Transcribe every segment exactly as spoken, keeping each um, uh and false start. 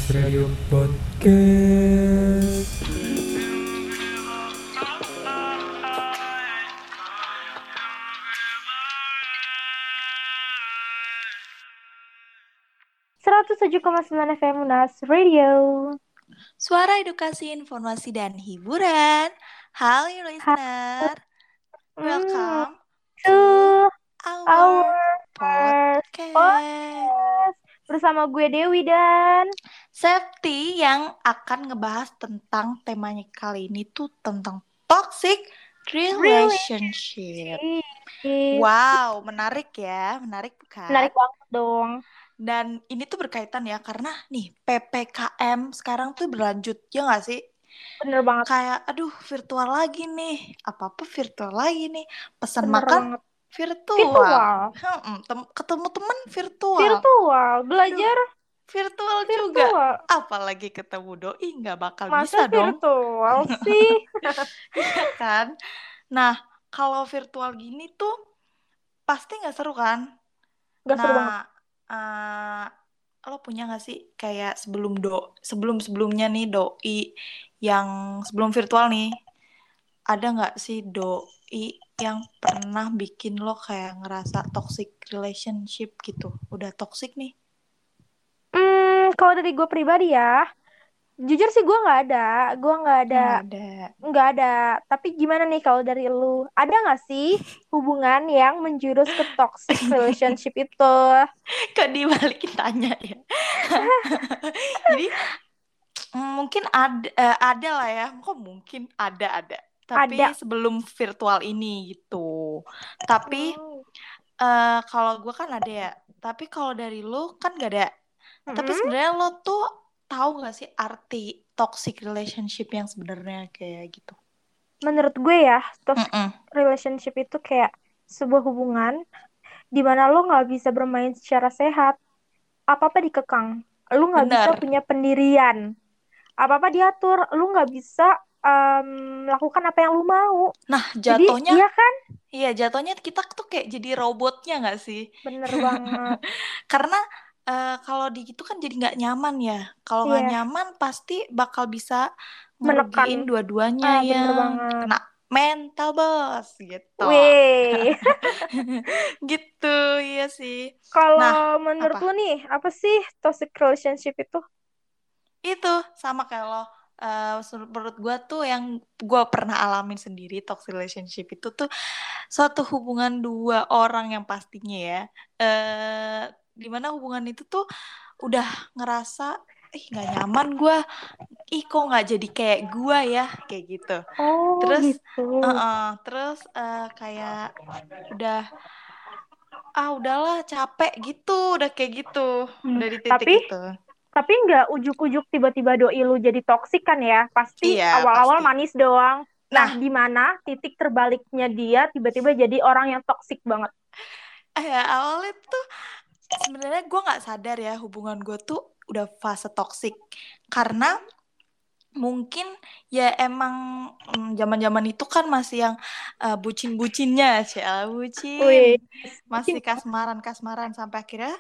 Radio Podcast. seratus tujuh koma sembilan F M Unas Radio. Suara edukasi, informasi, dan hiburan. Halo listener, welcome to our our podcast. podcast bersama gue Dewi dan Septi yang akan ngebahas tentang temanya kali ini tuh tentang toxic relationship. Wow, menarik ya, menarik bukan? Menarik banget dong. Dan ini tuh berkaitan ya, karena nih P P K M sekarang tuh berlanjut, ya nggak sih? Bener banget. Kayak, aduh virtual lagi nih, apa-apa virtual lagi nih, pesan Bener makan banget. virtual, Virtual. Hmm, tem- ketemu teman virtual, Virtual, belajar aduh, virtual, virtual juga, apalagi ketemu doi nggak bakal Masa bisa dong. virtual sih? Iya kan? Nah, kalau virtual gini tuh pasti nggak seru kan? Gak nah, seru banget. Uh, lo punya nggak sih kayak sebelum do sebelum sebelumnya nih doi yang sebelum virtual nih, ada nggak sih doi yang pernah bikin lo kayak ngerasa toxic relationship gitu, udah toxic nih? Hmm, kalau dari gue pribadi ya, jujur sih gue nggak ada, gue nggak ada, Nggak ada. nggak ada. Tapi gimana nih kalau dari lu, ada nggak sih hubungan yang menjurus ke toxic relationship itu? Kok dibalikin tanya ya? Jadi mungkin ada, uh, ada lah ya. Kok mungkin ada ada. Tapi Ada. sebelum virtual ini gitu. Tapi Hmm. uh, kalau gue kan ada ya. Tapi kalau dari lu kan gak ada. Hmm. Tapi sebenarnya lo tuh tahu gak sih arti toxic relationship yang sebenarnya kayak gitu? Menurut gue ya, toxic Mm-mm. relationship itu kayak sebuah hubungan di mana lo nggak bisa bermain secara sehat, apa-apa dikekang, lo nggak bisa Bener. punya pendirian, apa-apa diatur, lo nggak bisa um, melakukan apa yang lo mau. Nah, Jadi jatuhnya, iya kan? Iya, jatuhnya kita tuh kayak jadi robotnya nggak sih? Bener banget. Karena uh, kalau di gitu kan jadi nggak nyaman ya. Kalau nggak Iya. nyaman pasti bakal bisa Menekan. ngerugiin dua-duanya Ah, ya. bener banget. Kena mental bos gitu. Wih. Gitu, iya sih. Kalau Nah, menurut apa? lu nih, apa sih toxic relationship itu? Itu sama kayak lo. Uh, menurut gue tuh yang gue pernah alamin sendiri, toxic relationship itu tuh suatu hubungan dua orang yang pastinya ya, uh, dimana hubungan itu tuh udah ngerasa ih nggak nyaman gue, ih kok nggak jadi kayak gue ya, kayak gitu. Oh, terus gitu. uh-uh, terus uh, kayak udah ah udahlah capek gitu, udah kayak gitu, Hmm, udah di titik tapi itu. tapi nggak ujuk-ujuk tiba-tiba doi lu jadi toksik kan ya? Pasti Iya, awal-awal pasti. manis doang. Nah, Nah, di mana titik terbaliknya dia tiba-tiba jadi orang yang toksik banget? ya awalnya tuh sebenarnya gue nggak sadar ya hubungan gue tuh udah fase toksik, karena mungkin ya emang mm, zaman-zaman itu kan masih yang uh, bucin-bucinnya, Cel, bucin, Wih, masih kasmaran-kasmaran sampai akhirnya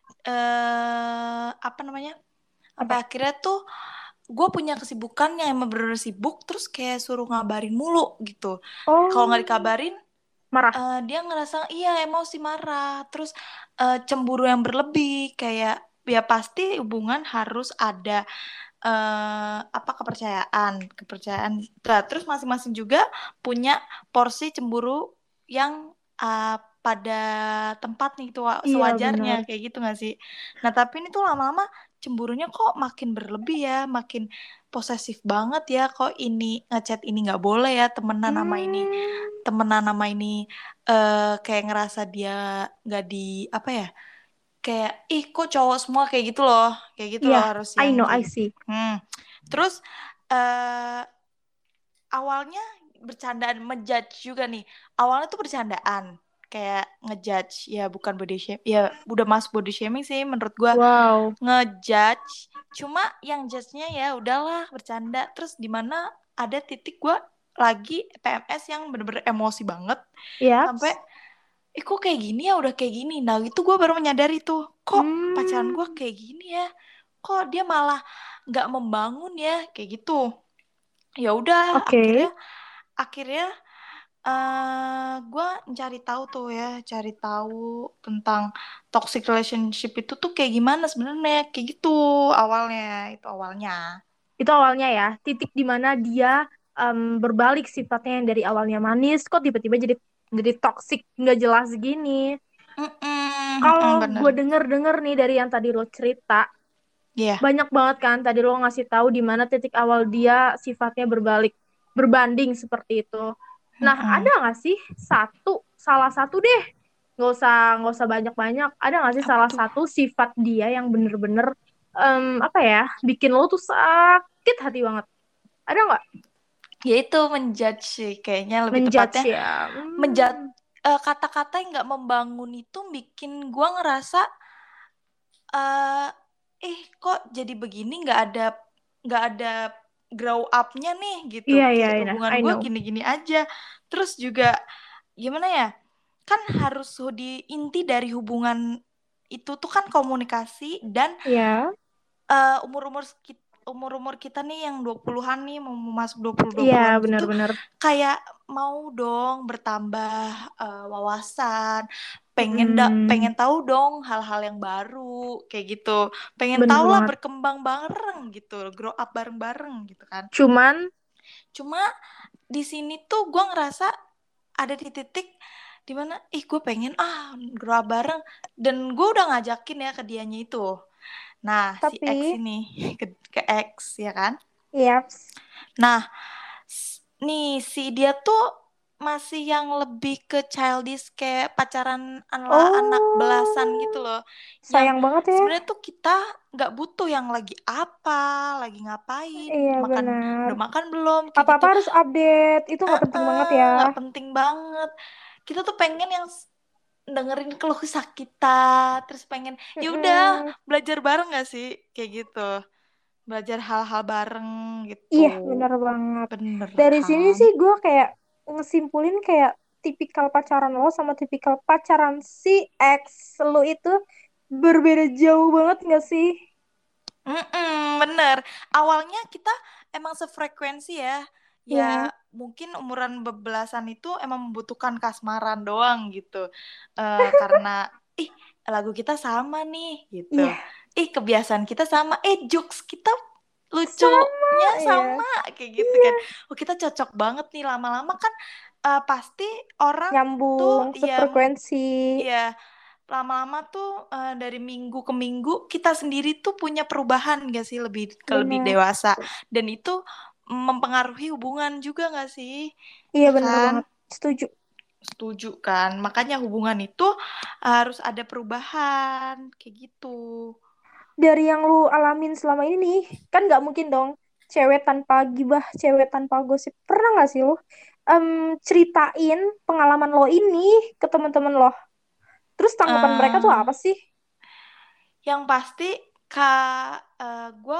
uh, apa namanya? Sampai apa? akhirnya tuh gue punya kesibukan yang emang bener-bener sibuk, terus kayak suruh ngabarin mulu gitu. Oh, Kalau nggak dikabarin, marah. uh, dia ngerasa iya emosi, marah, terus uh, cemburu yang berlebih. Kayak ya pasti hubungan harus ada uh, apa kepercayaan, kepercayaan. Nah, terus masing-masing juga punya porsi cemburu yang uh, pada tempat nih, itu Iya, sewajarnya, benar. kayak gitu nggak sih? Nah tapi ini tuh lama-lama cemburunya kok makin berlebih ya, makin posesif banget ya. Kok ini ngechat ini nggak boleh ya, temenan sama ini, Hmm. temenan sama ini uh, kayak ngerasa dia nggak di apa ya, kayak ih kok cowok semua kayak gitu loh, kayak gitu Iya, loh harus I yang know, I kayak see. hmm. Terus uh, awalnya bercandaan, menjudge juga nih. Awalnya tuh bercandaan, kayak ngejudge, ya bukan body shaming, ya udah masuk body shaming sih menurut gue. Wow. Ngejudge, cuma yang judge-nya ya udahlah bercanda. Terus dimana ada titik gue lagi P M S yang bener-bener emosi banget, Yep. sampai eh kok kayak gini ya, udah kayak gini. Nah itu gue baru menyadari tuh, kok Hmm. pacaran gue kayak gini ya, kok dia malah nggak membangun ya kayak gitu. Ya udah Oke. akhirnya akhirnya eh gue cari tahu tuh ya, cari tahu tentang toxic relationship itu tuh kayak gimana sebenarnya, kayak gitu awalnya, itu awalnya. Itu awalnya ya, titik di mana dia em, berbalik sifatnya yang dari awalnya manis, kok tiba-tiba jadi jadi toxic nggak jelas gini. Mm-mm, Kalau mm, bener. gue denger-denger nih dari yang tadi lo cerita, Iya. banyak banget kan tadi lo ngasih tahu di mana titik awal dia sifatnya berbalik, berbanding seperti itu. Nah, ada Mm-mm. nggak sih satu, salah satu deh, nggak usah nggak usah banyak-banyak. Ada nggak sih Apa salah tuh? satu sifat dia yang bener-bener em, apa ya, bikin lo tuh sakit hati banget? Ada nggak? Ya itu menjudge sih kayaknya, lebih tepatnya Menjudge ya. menjudge, Hmm, eh, kata-kata yang nggak membangun itu bikin gua ngerasa eh eh kok jadi begini, nggak ada nggak ada grow up-nya nih gitu, iya iya kayak iya, hubungan I gue know. gini-gini aja. Terus juga gimana ya, kan harus di inti dari hubungan itu tuh kan komunikasi dan Iya, eh, umur-umur kita umur-umur kita nih yang dua puluhan-an nih, mau masuk dua puluh dua iya puluhan gitu, benar-benar. kayak mau dong bertambah eh, wawasan, pengen da Hmm, pengen tahu dong hal-hal yang baru kayak gitu, pengen bener tahu lah, banget. berkembang bareng gitu, grow up bareng-bareng gitu kan. Cuman, Cuma di sini tuh gue ngerasa ada di titik dimana ih gue pengen ah grow up bareng, dan gue udah ngajakin ya ke dianya itu. Nah, si X tapi, ini ke, ke X ya kan. ya, Nah, s- nih si dia tuh masih yang lebih ke childish, kayak pacaran ala anak belasan gitu oh, loh. Yang sayang banget ya. sebenarnya tuh kita nggak butuh yang lagi apa, lagi ngapain, Iya makan benar. udah makan belum kayak Apa-apa gitu. harus update, itu nggak penting banget ya. Eh, nggak penting banget. Kita tuh pengen yang s- dengerin keluh kesah kita, terus pengen ya udah Mm-mm. belajar bareng gak sih kayak gitu, belajar hal-hal bareng gitu. Iya, benar banget. Bener Dari sini kan? sih gue kayak ngesimpulin kayak tipikal pacaran lo sama tipikal pacaran si ex lo itu berbeda jauh banget nggak sih? Mm-mm, bener. Awalnya kita emang sefrekuensi ya. Iya, Ya mungkin umuran bebelasan itu emang membutuhkan kasmaran doang gitu. Eh, karena ih lagu kita sama nih gitu. iya, Ih kebiasaan kita sama. Eh jokes kita sama, lucunya iya. sama kayak gitu kan. Iya, Oh kita cocok banget nih, lama-lama kan eh, pasti orang tuh nyambung, ya mu- sefrekuensi. ya lama-lama tuh eh, dari minggu ke minggu kita sendiri tuh punya perubahan gak sih, lebih ke lebih Benar. dewasa, dan itu mempengaruhi hubungan juga gak sih, Iya, ya benar kan? banget. Setuju. Setuju kan, makanya hubungan itu harus ada perubahan kayak gitu. Dari yang lu alamin selama ini nih, kan nggak mungkin dong cewek tanpa gibah, cewek tanpa gosip. Pernah nggak sih lu em, ceritain pengalaman lo ini ke teman-teman lo? Terus tanggapan mereka tuh eh apa sih? yang pasti kak, eh gue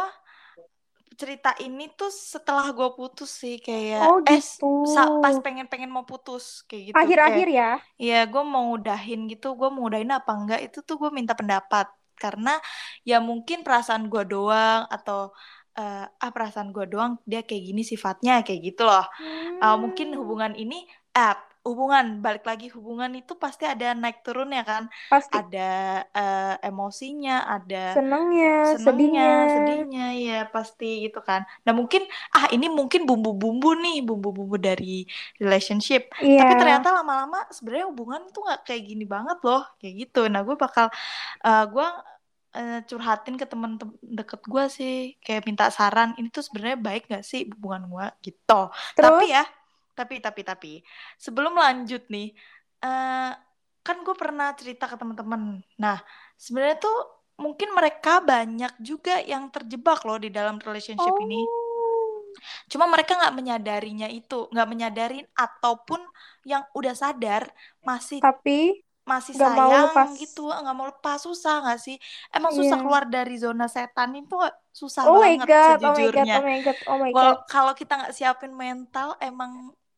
cerita ini tuh setelah gue putus sih, kayak Oh eh gitu. sa- pas pengen-pengen mau putus kayak gitu, eh Akhir-akhir ya. ya gue mau udahin gitu, gue mau udahin apa enggak, itu tuh gue minta pendapat, karena ya mungkin perasaan gue doang, atau eh, ah perasaan gue doang dia kayak gini sifatnya kayak gitu loh. Eh, mungkin Hmm, hubungan ini eh hubungan balik lagi, hubungan itu pasti ada naik turunnya kan, pasti. ada eh, emosinya, ada Senengnya, senengnya, sedihnya. sedihnya, ya pasti gitu kan. Nah mungkin ah ini mungkin bumbu-bumbu nih, bumbu-bumbu dari relationship. Iya. Tapi ternyata lama-lama sebenarnya hubungan tuh nggak kayak gini banget loh, kayak gitu. Nah gue bakal eh, gue eh, curhatin ke temen tem- deket gue sih, kayak minta saran. Ini tuh sebenarnya baik gak sih hubungan gue gitu. Tapi ya, Terus, tapi tapi tapi sebelum lanjut nih, eh, kan gue pernah cerita ke teman-teman. Nah sebenarnya tuh mungkin mereka banyak juga yang terjebak loh di dalam relationship ini. oh, Cuma mereka nggak menyadarinya itu, nggak menyadarin, ataupun yang udah sadar masih tapi masih nggak mau lepas. sayang gitu, nggak mau lepas. Susah nggak sih? Emang susah Iya. keluar dari zona setan itu, susah Oh my banget God, oh my God, sejujurnya. oh my God, oh my Walau God. kalau kita nggak siapin mental, emang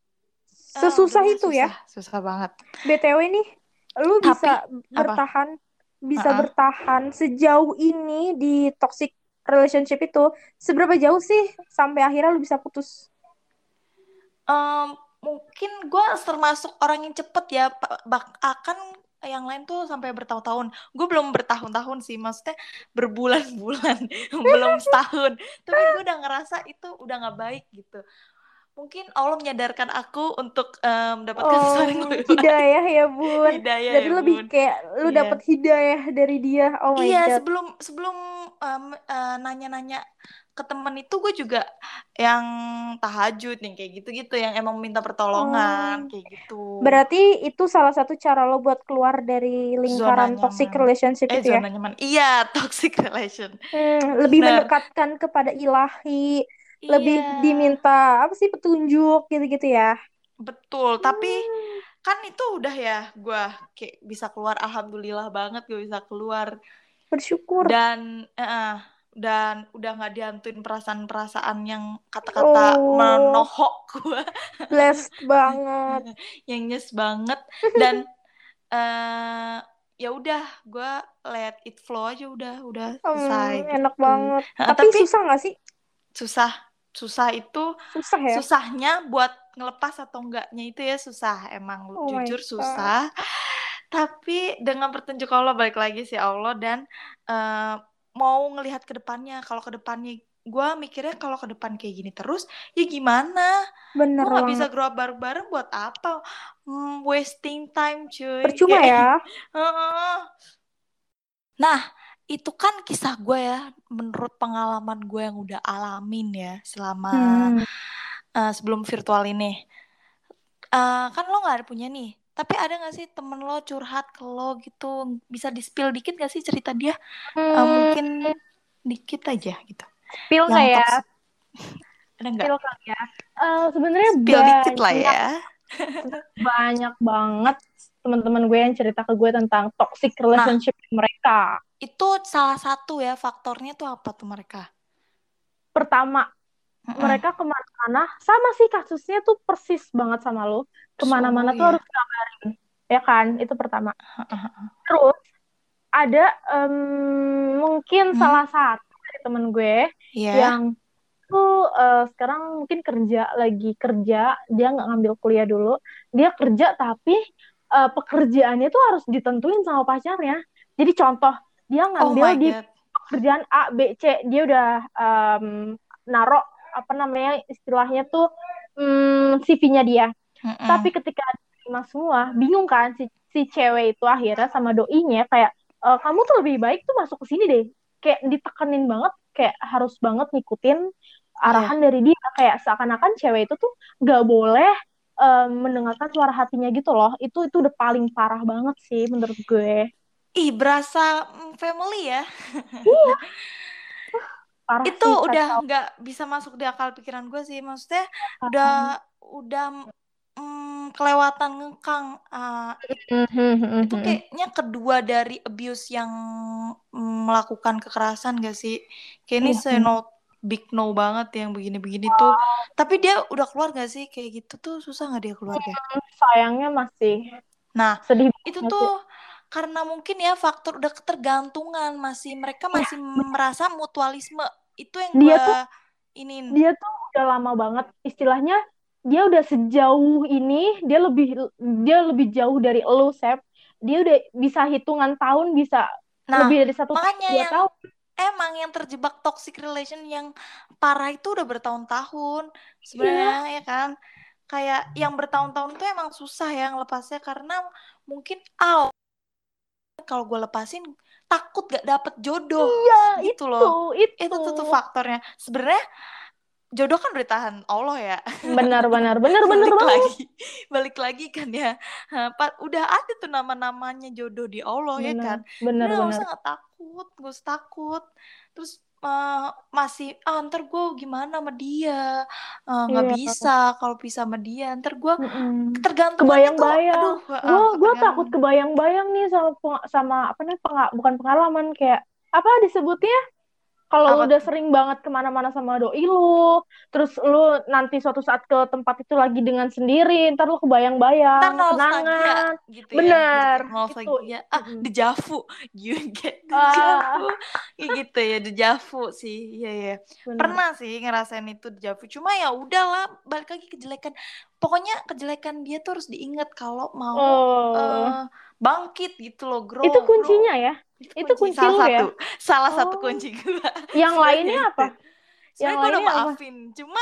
eh, Sesusah udahlah itu ya. susah, susah banget. B T W nih, lu bisa Tapi apa? bertahan, bisa Heeh. bertahan sejauh ini di toxic relationship itu. Seberapa jauh sih sampai akhirnya lu bisa putus? Em, mungkin gue termasuk orang yang cepet ya, pa- bak- akan yang lain tuh sampai bertahun-tahun. Gue belum bertahun-tahun sih, maksudnya berbulan-bulan, belum setahun. Tapi gue udah ngerasa itu udah nggak baik gitu. Mungkin Allah menyadarkan aku untuk em, mendapatkan sesuatu yang Oh, lebih baik. hidayah ya bun. Hidayah Berarti ya lebih bun. kayak lu Iya. dapet hidayah dari dia. Oh my Iya, God. sebelum sebelum em, eh, nanya-nanya ke temen itu gue juga yang tahajud yang kayak gitu-gitu, yang emang minta pertolongan Oh, kayak gitu. berarti itu salah satu cara lo buat keluar dari Zona lingkaran toxic nyaman. relationship Eh, itu ya? zona nyaman. Iya, toxic relation. Hmm, lebih Bener. mendekatkan kepada ilahi, lebih Iya, diminta apa sih petunjuk gitu-gitu ya? betul. Tapi Hmm, kan itu udah ya, gue kayak bisa keluar. Alhamdulillah banget gue bisa keluar. bersyukur. Dan eh, dan udah nggak dihantuin perasaan-perasaan yang kata-kata Oh, menohok gue. blessed banget. Yang nyes banget. Dan eh ya udah, gue let it flow aja, udah udah selesai Hmm, enak gitu. banget. Nah, Tapi tapi susah nggak sih? susah susah itu, Susah ya? susahnya buat ngelepas atau enggaknya itu ya susah, emang Oh my jujur God. susah. Tapi dengan petunjuk Allah, balik lagi sih Allah, dan eh, mau ngelihat ke depannya. Kalau ke depannya gue mikirnya, kalau ke depan kayak gini terus ya gimana, gue Bener nggak bisa banget. grow up bareng-bareng buat apa. Hmm, wasting time cuy Percuma kayak. ya. Heeh. Nah, itu kan kisah gue ya, menurut pengalaman gue yang udah alamin ya selama Hmm, eh, sebelum virtual ini. Eh, kan lo gak ada punya nih, tapi ada gak sih temen lo curhat ke lo gitu, bisa di-spill dikit gak sih cerita dia? Eh, hmm, mungkin dikit aja gitu. spill Yang nggak ya? toxic, ada nggak? Spill kali ya. Eh, sebenarnya Spill dikit lah banyak, ya. banyak banget teman-teman gue yang cerita ke gue tentang toxic Nah, relationship mereka. itu salah satu ya faktornya tuh apa tuh mereka? Pertama, Mm-mm. mereka kemana-mana, sama sih kasusnya tuh persis banget sama lo. Kemana-mana So tuh harus ya. ngabarin, ya kan? Itu pertama. Terus ada em, mungkin Hmm, salah satu dari temen gue ya. yang tuh eh, sekarang mungkin kerja lagi kerja, dia nggak ngambil kuliah dulu, dia kerja tapi eh, pekerjaannya tuh harus ditentuin sama pacarnya. Jadi contoh, dia Oh ngambil my di God. pekerjaan A, B, C, dia udah em, narok apa namanya istilahnya tuh mm, C V-nya dia. Tapi Mm-mm. ketika diterima semua, bingung kan si si cewek itu akhirnya sama doinya kayak "E, kamu tuh lebih baik tuh masuk ke sini deh." Kayak ditekenin banget, kayak harus banget ngikutin Iya. arahan dari dia, kayak seakan-akan cewek itu tuh nggak boleh em, mendengarkan suara hatinya gitu loh. Itu itu udah paling parah banget sih menurut gue. Ih, berasa mm, family ya. Iya, parah Itu sih udah kacau. nggak bisa masuk di akal pikiran gue sih, maksudnya udah udah mm, kelewatan ngekang. Ah, it- itu kayaknya kedua dari abuse yang mm, melakukan kekerasan gak sih, kayak ini Iya, seno bener. big no banget yang begini-begini tuh. Tapi dia udah keluar gak sih, kayak gitu tuh susah nggak dia keluar kayak. Sayangnya masih Nah, sedih itu banget tuh sih. karena mungkin ya faktor udah ketergantungan, masih mereka Iya, masih merasa mutualisme. Itu yang dia gue tuh inin. dia tuh udah lama banget istilahnya, dia udah sejauh ini, dia lebih dia lebih jauh dari elu Sep, dia udah bisa hitungan tahun, bisa Nah, lebih dari satu tahun makanya dua yang tahun emang yang terjebak toxic relation yang parah itu udah bertahun-tahun sebenarnya Iya, ya kan. Kayak yang bertahun-tahun tuh emang susah ya ngelepasnya, karena mungkin ah kalau gue lepasin takut gak dapet jodoh iya, gitu itu loh. itu Itu tuh, tuh faktornya. Sebenarnya jodoh kan udah ditahan Allah ya. benar benar benar benar Balik banget. lagi, balik lagi kan ya. Nah, Pak, udah ada tuh nama-namanya jodoh di Allah ya Benar kan. Jadi benar nggak benar. usah nggak takut, nggak usah takut. Terus eh, masih ah ntar gue gimana sama dia. Eh, nggak Iya. bisa kalau bisa sama dia, ntar gue Mm-mm. ketergantungannya tuh Kebayang-bayang, aduh, gue eh, gue takut ketergantungan. kebayang-bayang nih sama peng- sama apa namanya penga- bukan pengalaman, kayak apa disebutnya Kalau lu Apa udah tuh? sering banget kemana-mana sama doi lu, terus lu nanti suatu saat ke tempat itu lagi dengan sendiri, ntar lu Ntar kebayang-bayang, nostalgia kenangan. gitu ya, Bener, jadi itu. nostalgia. Ah, Mm-mm. dejavu, you get Ah, dejavu, kayak gitu ya, dejavu sih, iya ya. bener. Pernah sih ngerasain itu dejavu. Cuma ya udahlah, balik lagi kejelekan. Pokoknya kejelekan dia tuh harus diingat kalau mau Oh, eh, bangkit gitu loh, itu grow, kuncinya grow. ya? Itu Itu kunci kunci salah lu ya? satu, salah satu Oh, kunci gue yang sebenarnya lainnya itu. apa? Yang Sebenarnya gue udah lainnya apa? maafin, cuma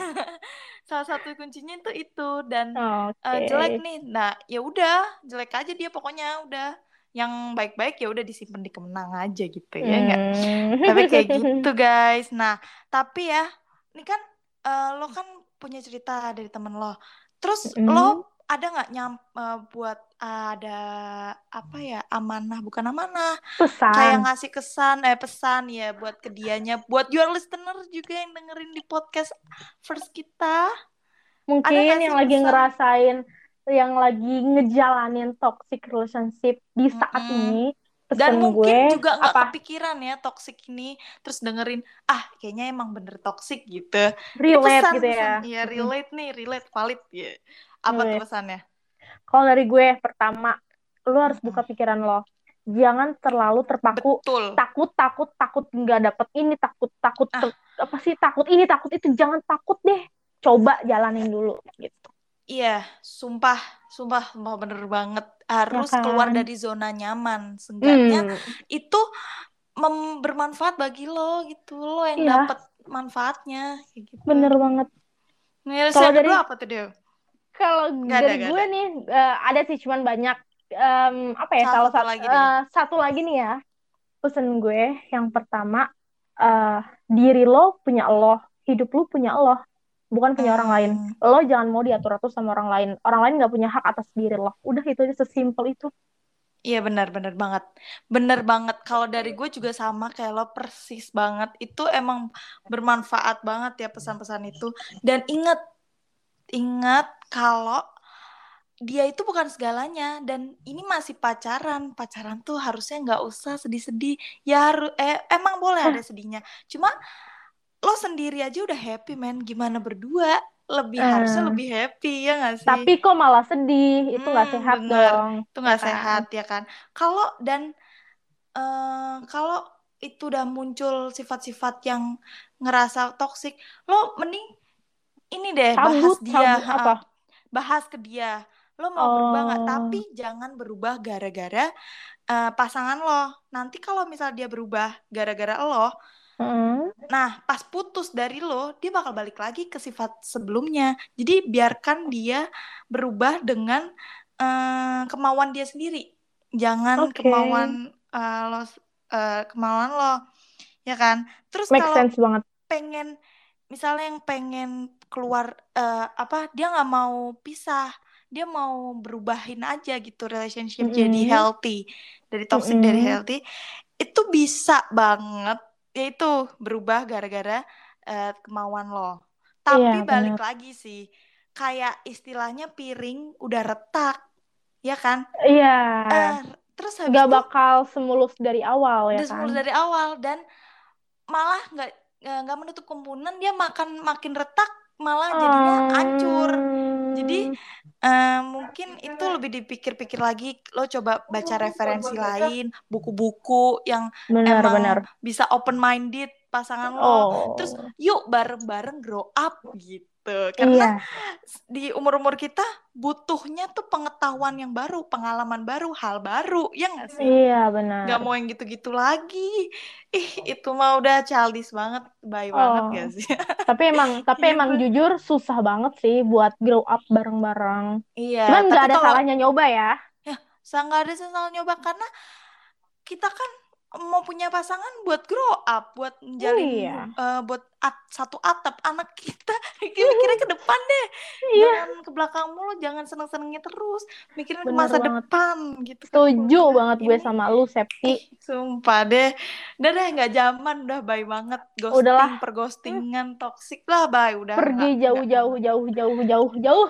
salah satu kuncinya itu itu dan eh, jelek Oke. nih. Nah, ya udah, jelek aja dia pokoknya udah. Yang baik-baik ya udah disimpan di kemenang aja gitu ya nggak? Tapi kayak gitu Hmm. guys. Nah, tapi ya, ini kan eh, lo kan punya cerita dari temen lo. Terus Hmm. lo ada nggak nyam eh, buat ada apa ya, amanah bukan amanah, kayak Pesan. ngasih kesan eh pesan ya buat ke dianya, buat your listener juga yang dengerin di podcast first kita, ada Mungkin nggak yang sih lagi pesan? ngerasain, yang lagi ngejalanin toxic relationship di saat Mm-mm. ini, Dan pesen gue mungkin juga nggak apa? kepikiran ya toxic ini, terus dengerin, ah kayaknya emang bener toxic gitu. Ini Relate gitu pesan-pesan, ya. ya Mm-mm. relate nih, relate valid ya. Apa tuh Relate. pesannya? Kalau dari gue, pertama, lu harus buka Mm-mm. pikiran lo. Jangan terlalu terpaku, Betul. takut, takut, takut nggak dapet ini, takut, takut, Ah, ter- apa sih, takut ini, takut itu. Jangan takut deh. Coba jalanin dulu, gitu. iya, sumpah, sumpah, sumpah bener banget. Ya Harus keluar kan? dari zona nyaman. Seenggaknya Hmm, itu mem- bermanfaat bagi lo gitu. Lo yang iya, dapat manfaatnya kayak gitu. bener banget. Nih, terus Kalau yang dari kedua apa tuh, Dew? Kalau Gak ada, dari gak gue ada. nih, eh, ada sih cuman banyak. Em, apa ya, Salah salah satu satu lagi deh. satu lagi nih ya, pesan gue yang pertama, eh diri lo punya lo, hidup lo punya lo, bukan punya orang lain. Hmm, Lo jangan mau diatur-atur sama orang lain. Orang lain nggak punya hak atas diri lo. Udah, itu aja, sesimpel itu. iya benar, benar banget. Benar banget. Kalau dari gue juga sama kayak lo persis banget. Itu emang bermanfaat banget ya pesan-pesan itu. Dan ingat, ingat kalau dia itu bukan segalanya dan ini masih pacaran. Pacaran tuh harusnya nggak usah sedih-sedih. Ya harus eh emang boleh ada Hah, sedihnya. Cuma lo sendiri aja udah happy men. Gimana berdua? Lebih harusnya eh, lebih happy ya nggak sih? tapi kok malah sedih? Itu nggak Hmm, sehat bener. dong, Itu ya nggak kan? sehat ya kan? Kalau dan eh, kalau itu udah muncul sifat-sifat yang ngerasa toksik, lo mending ini deh bahas Cabut, dia, cabut heeh. apa? Bahas ke dia. Lo mau berubah nggak? Tapi Oh, jangan berubah gara-gara eh, pasangan lo. Nanti kalau misal dia berubah gara-gara lo, mm, nah pas putus dari lo, dia bakal balik lagi ke sifat sebelumnya. Jadi biarkan dia berubah dengan eh, kemauan dia sendiri. Jangan oke, kemauan eh, lo, eh, kemauan lo, ya kan? Terus make kalau sense banget. pengen, misalnya yang pengen keluar eh, apa, dia nggak mau pisah, dia mau berubahin aja gitu relationship jadi Mm-mm. healthy, dari toxic dari Mm-mm. healthy, itu bisa banget, yaitu berubah gara-gara eh, kemauan lo. Iya, Tapi balik benar. lagi sih, kayak istilahnya piring udah retak, ya kan? Iya, Eh, terus habis nggak itu bakal semulus dari awal ya udah kan? semula dari awal dan malah nggak eh, nggak menutup kemungkinan dia makan makin retak, malah jadinya hancur. Jadi Hmm, eh, mungkin itu lebih dipikir-pikir lagi. Lo coba baca referensi lain, buku-buku yang emang benar-benar. bisa open minded pasangan lo. Terus Oh, yuk bareng-bareng grow up gitu. Karena iya, di umur-umur kita butuhnya tuh pengetahuan yang baru, pengalaman baru, hal baru, ya nggak sih? iya Nggak benar. mau yang gitu-gitu lagi. Ih, itu mah udah childish banget, baik banget Oh, gak sih? tapi emang tapi emang Gitu. jujur susah banget sih buat grow up bareng-bareng. Iya, Cuman nggak tapi ada kalau salahnya nyoba ya. ya saya nggak ada sesal nyoba karena kita kan mau punya pasangan buat grow up, buat menjalin hu- Iya, eh, buat at- satu atap anak kita. Mikirnya ke depan deh, iya, jangan ke belakang mulu, jangan seneng-senengnya terus, mikirin ke bener masa banget. depan gitu kan. Setuju Udah banget gue ini, sama lu, Septi. ih sumpah deh, udah deh nggak zaman, udah bye banget, ghosting, Udahlah. Hmm. perghostingan, toxic lah, bye, udah Pergi nggak jauh nggak jauh zaman. jauh jauh jauh jauh.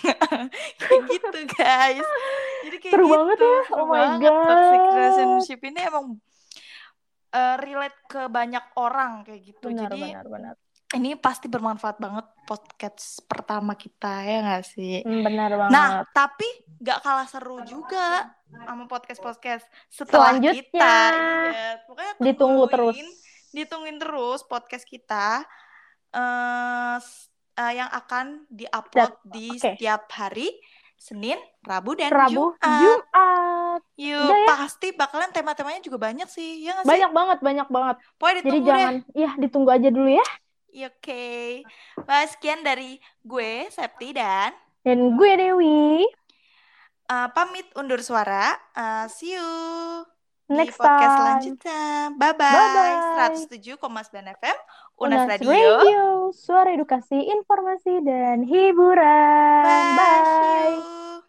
Kayak gitu guys, jadi kayak Seru banget gitu, ya. seru Oh my banget toxic God. relationship ini emang uh, relate ke banyak orang kayak gitu. Benar, Jadi benar, benar. ini pasti bermanfaat banget podcast pertama kita, ya nggak sih? Hmm, benar banget. Nah, tapi nggak kalah seru juga sama podcast-podcast setelah Selanjutnya, kita. Iya, pokoknya tungguin, ditunggu terus. ditungguin terus podcast kita uh, uh, yang akan diupload Dat- di Oke. setiap hari Senin, Rabu, dan Rabu, Jumat. Jumat. Yuk, Udah ya? pasti bakalan tema-temanya juga banyak sih, ya nggak sih? Banyak banget, banyak banget. Pokoknya Jadi ditunggu jangan, deh. ya ditunggu aja dulu ya. Iya, Oke, Nah, sekian dari gue, Septi, dan Dan gue Dewi. uh, pamit undur suara. Uh, see you di Next podcast time. selanjutnya. Bye-bye. Bye-bye. seratus tujuh koma sembilan F M, Unas Unas Radio. Radio, suara edukasi, informasi, dan hiburan. Bye. Bye. See you.